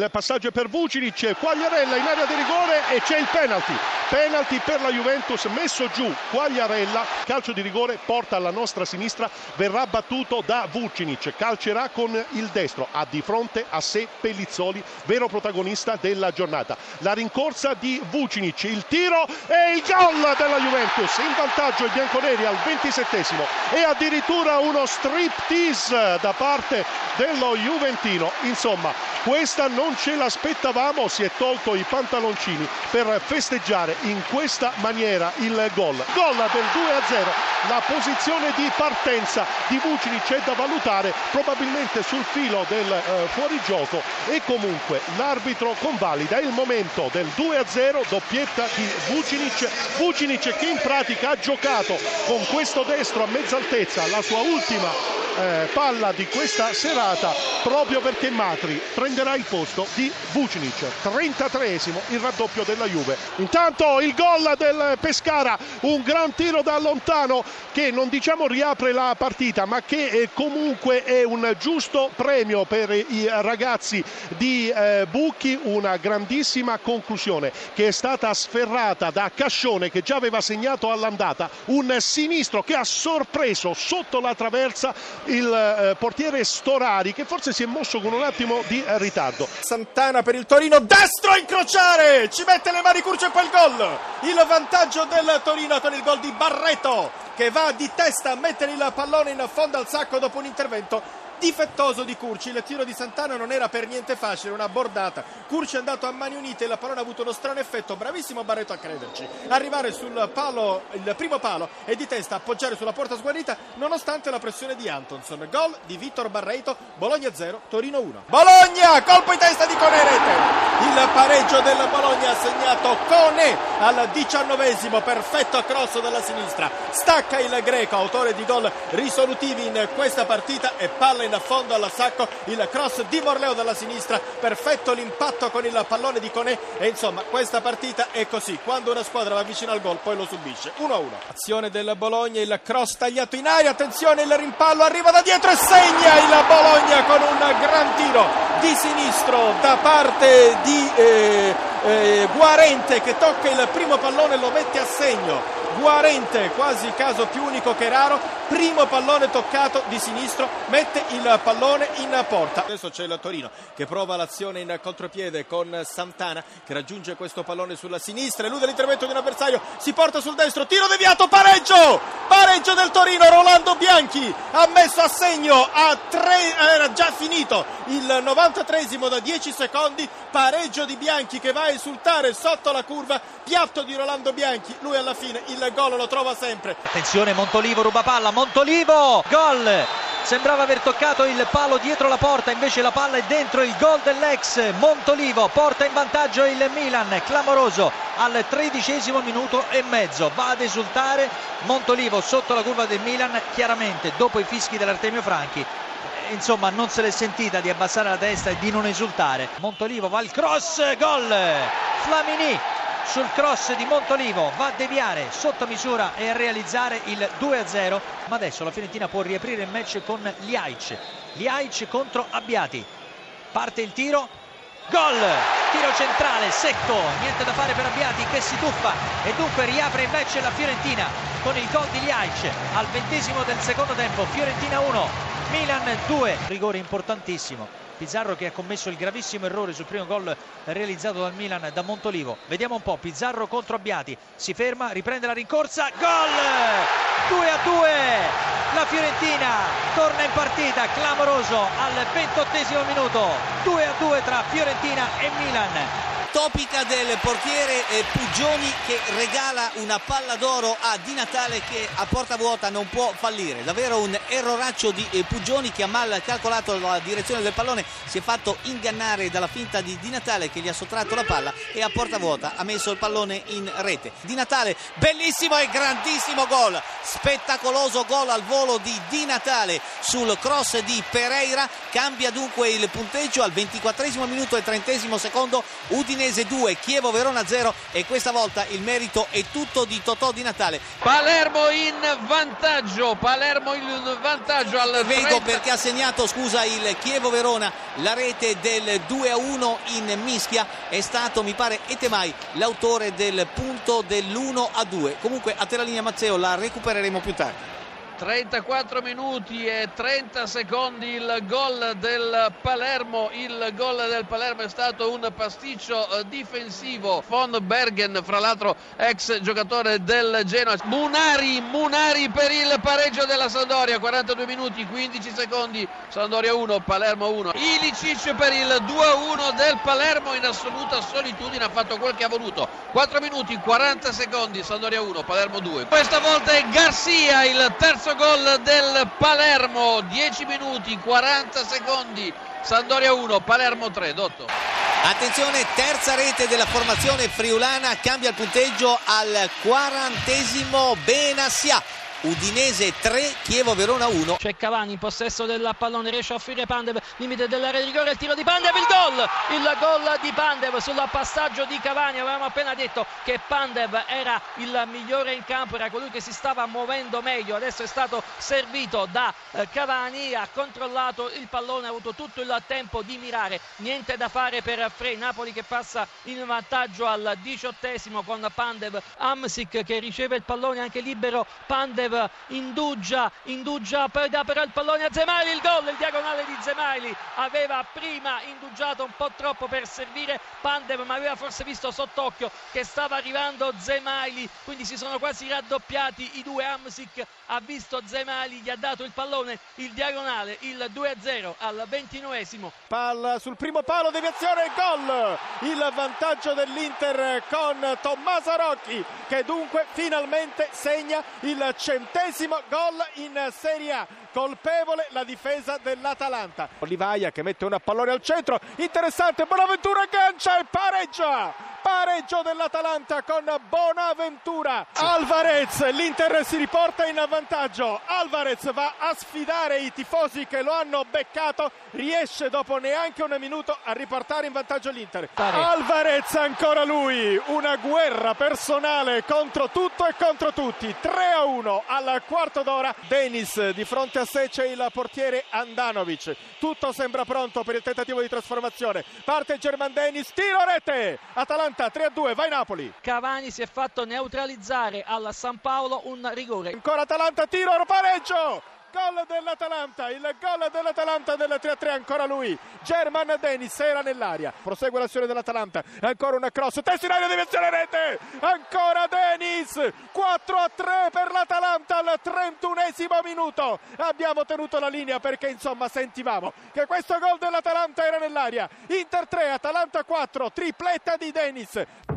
il passaggio per Vucinic, Quagliarella in area di rigore e c'è il penalty per la Juventus, messo giù Quagliarella, calcio di rigore, porta alla nostra sinistra, verrà battuto da Vucinic, calcerà con il destro, ha di fronte a sé Pellizzoli, vero protagonista della giornata. La rincorsa di Vucinic, il tiro e il gol della Juventus, in vantaggio i bianconeri al 27esimo e addirittura uno striptease da parte dello juventino. Insomma, questa non ce l'aspettavamo, si è tolto i pantaloncini per festeggiare in questa maniera il gol del 2-0. La posizione di partenza di Vucinic è da valutare, probabilmente sul filo del fuorigioco, e comunque l'arbitro convalida il momento del 2-0, doppietta di Vucinic che in pratica ha giocato con questo destro a mezza altezza la sua ultima palla di questa serata, proprio perché Matri prenderà il posto di Vucinic. 33esimo, il raddoppio della Juve. Intanto il gol del Pescara, un gran tiro da lontano che non diciamo riapre la partita, ma che comunque è un giusto premio per i ragazzi di Bucchi, una grandissima conclusione che è stata sferrata da Cascione, che già aveva segnato all'andata, un sinistro che ha sorpreso sotto la traversa il portiere Storari, che forse si è mosso con un attimo di ritardo. Santana per il Torino, destro a incrociare, ci mette le mani Curcio e poi il gol. Il vantaggio del Torino con il gol di Barreto, che va di testa a mettere il pallone in fondo al sacco dopo un intervento difettoso di Curci. Il tiro di Santana non era per niente facile, una bordata. Curci è andato a mani unite, il pallone ha avuto uno strano effetto, bravissimo Barreto a crederci, arrivare sul palo, il primo palo, e di testa appoggiare sulla porta sguarnita nonostante la pressione di Antonson. Gol di Vitor Barreto, Bologna 0, Torino 1. Bologna, colpo in testa di Koné, rete. Il pareggio del Bologna ha segnato Koné al 19esimo, perfetto cross dalla sinistra, stacca il greco, autore di gol risolutivi in questa partita, e palla in fondo al sacco, il cross di Morleo dalla sinistra, perfetto l'impatto con il pallone di Koné, e insomma questa partita è così, quando una squadra va vicino al gol poi lo subisce. 1-1. Azione del Bologna, il cross tagliato in aria, attenzione il rimpallo, arriva da dietro e segna il Bologna con un gran tiro di sinistro da parte di Guarente, che tocca il primo pallone e lo mette a segno. Guarente, quasi caso più unico che raro, primo pallone toccato di sinistro, mette il pallone in porta. Adesso c'è il Torino che prova l'azione in contropiede con Santana, che raggiunge questo pallone sulla sinistra, elude l'intervento di un avversario, si porta sul destro, tiro deviato, pareggio del Torino. Rolando Bianchi ha messo a segno a 3, era già finito il 93esimo da 10 secondi, pareggio di Bianchi che va a esultare sotto la curva, piatto di Rolando Bianchi, lui alla fine il gol lo trova sempre. Attenzione, Montolivo ruba palla, Montolivo, gol! Sembrava aver toccato il palo dietro la porta, invece la palla è dentro. Il gol dell'ex Montolivo porta in vantaggio il Milan, clamoroso, al 13esimo minuto e mezzo. Va ad esultare Montolivo sotto la curva del Milan, chiaramente dopo i fischi dell'Artemio Franchi. Insomma, non se l'è sentita di abbassare la testa e di non esultare. Montolivo va al cross, gol! Flamini sul cross di Montolivo va a deviare sotto misura e a realizzare il 2-0, ma adesso la Fiorentina può riaprire il match con Ljajic contro Abbiati. Parte il tiro, gol! Tiro centrale secco, niente da fare per Abbiati che si tuffa, e dunque riapre il match la Fiorentina con il gol di Ljajic al 20esimo del secondo tempo. Fiorentina 1, Milan 2, rigore importantissimo. Pizarro che ha commesso il gravissimo errore sul primo gol realizzato dal Milan da Montolivo. Vediamo un po', Pizarro contro Abbiati, si ferma, riprende la rincorsa, gol! 2-2, la Fiorentina torna in partita, clamoroso al 28esimo minuto, 2-2 tra Fiorentina e Milan. Topica del portiere Puggioni, che regala una palla d'oro a Di Natale, che a porta vuota non può fallire. Davvero un erroraccio di Puggioni, che ha mal calcolato la direzione del pallone, si è fatto ingannare dalla finta di Di Natale, che gli ha sottratto la palla, e a porta vuota ha messo il pallone in rete. Di Natale, bellissimo e grandissimo gol, spettacoloso gol al volo di Di Natale sul cross di Pereira. Cambia dunque il punteggio al 24esimo minuto e 30esimo secondo. Udinese Udinese 2, Chievo Verona 0 e questa volta il merito è tutto di Totò Di Natale. Palermo in vantaggio al Vedo perché ha segnato, scusa, il Chievo Verona la rete del 2-1 in mischia, è stato mi pare Etemai l'autore del punto dell'1-2. Comunque a te la linea Mazzeo, la recupereremo più tardi. 34 minuti e 30 secondi il gol del Palermo. Il gol del Palermo è stato un pasticcio difensivo. Von Bergen, fra l'altro ex giocatore del Genoa. Munari per il pareggio della Sampdoria. 42 minuti 15 secondi, Sampdoria 1 Palermo 1. Ilicic per il 2-1 del Palermo in assoluta solitudine, ha fatto quel che ha voluto. 4 minuti 40 secondi, Sampdoria 1 Palermo 2. Questa volta è Garcia il terzo gol del Palermo. 10 minuti 40 secondi, Sampdoria 1 Palermo 3. Dotto. Attenzione, terza rete della formazione friulana, cambia il punteggio al 40esimo. Benassia. Udinese 3, Chievo Verona 1. C'è Cavani in possesso del pallone, riesce a offrire Pandev, limite dell'area di rigore, il tiro di Pandev, il gol di Pandev sul passaggio di Cavani. Avevamo appena detto che Pandev era il migliore in campo, era colui che si stava muovendo meglio, adesso è stato servito da Cavani, ha controllato il pallone, ha avuto tutto il tempo di mirare, niente da fare per Frey. Napoli che passa in vantaggio al 18esimo con Pandev, Hamsik che riceve il pallone anche libero, Pandev indugia, poi dà però il pallone a Zemaili, il gol, il diagonale di Zemaili. Aveva prima indugiato un po' troppo per servire Pandev, ma aveva forse visto sott'occhio che stava arrivando Zemaili, quindi si sono quasi raddoppiati i due. Hamsik ha visto Zemaili, gli ha dato il pallone, il diagonale, il 2-0 al 29esimo. Palla sul primo palo, deviazione, gol! Il vantaggio dell'Inter con Tommaso Rocchi, che dunque finalmente segna il 100° gol in Serie A. Colpevole la difesa dell'Atalanta. Olivaia che mette una pallone al centro, interessante, Bonaventura aggancia e pareggia. Pareggio dell'Atalanta con Bonaventura. Alvarez, l'Inter si riporta in vantaggio. Alvarez va a sfidare i tifosi che lo hanno beccato, riesce dopo neanche un minuto a riportare in vantaggio l'Inter. Alvarez, ancora lui, una guerra personale contro tutto e contro tutti. 3-1 al quarto d'ora. Denis, di fronte a sé c'è il portiere Andanovic. Tutto sembra pronto per il tentativo di trasformazione. Parte German Denis, tiro rete. Atalanta 3-2, vai Napoli. Cavani si è fatto neutralizzare al San Paolo, un rigore. Ancora Atalanta, tiro, pareggio. Gol dell'Atalanta, il gol dell'Atalanta del 3-3, ancora lui, German Denis, era nell'aria, prosegue l'azione dell'Atalanta, ancora una cross, testa in aria, deviazione, rete, ancora Denis, 4-3 per l'Atalanta al 31esimo minuto. Abbiamo tenuto la linea perché insomma sentivamo che questo gol dell'Atalanta era nell'aria. Inter 3, Atalanta 4, tripletta di Denis.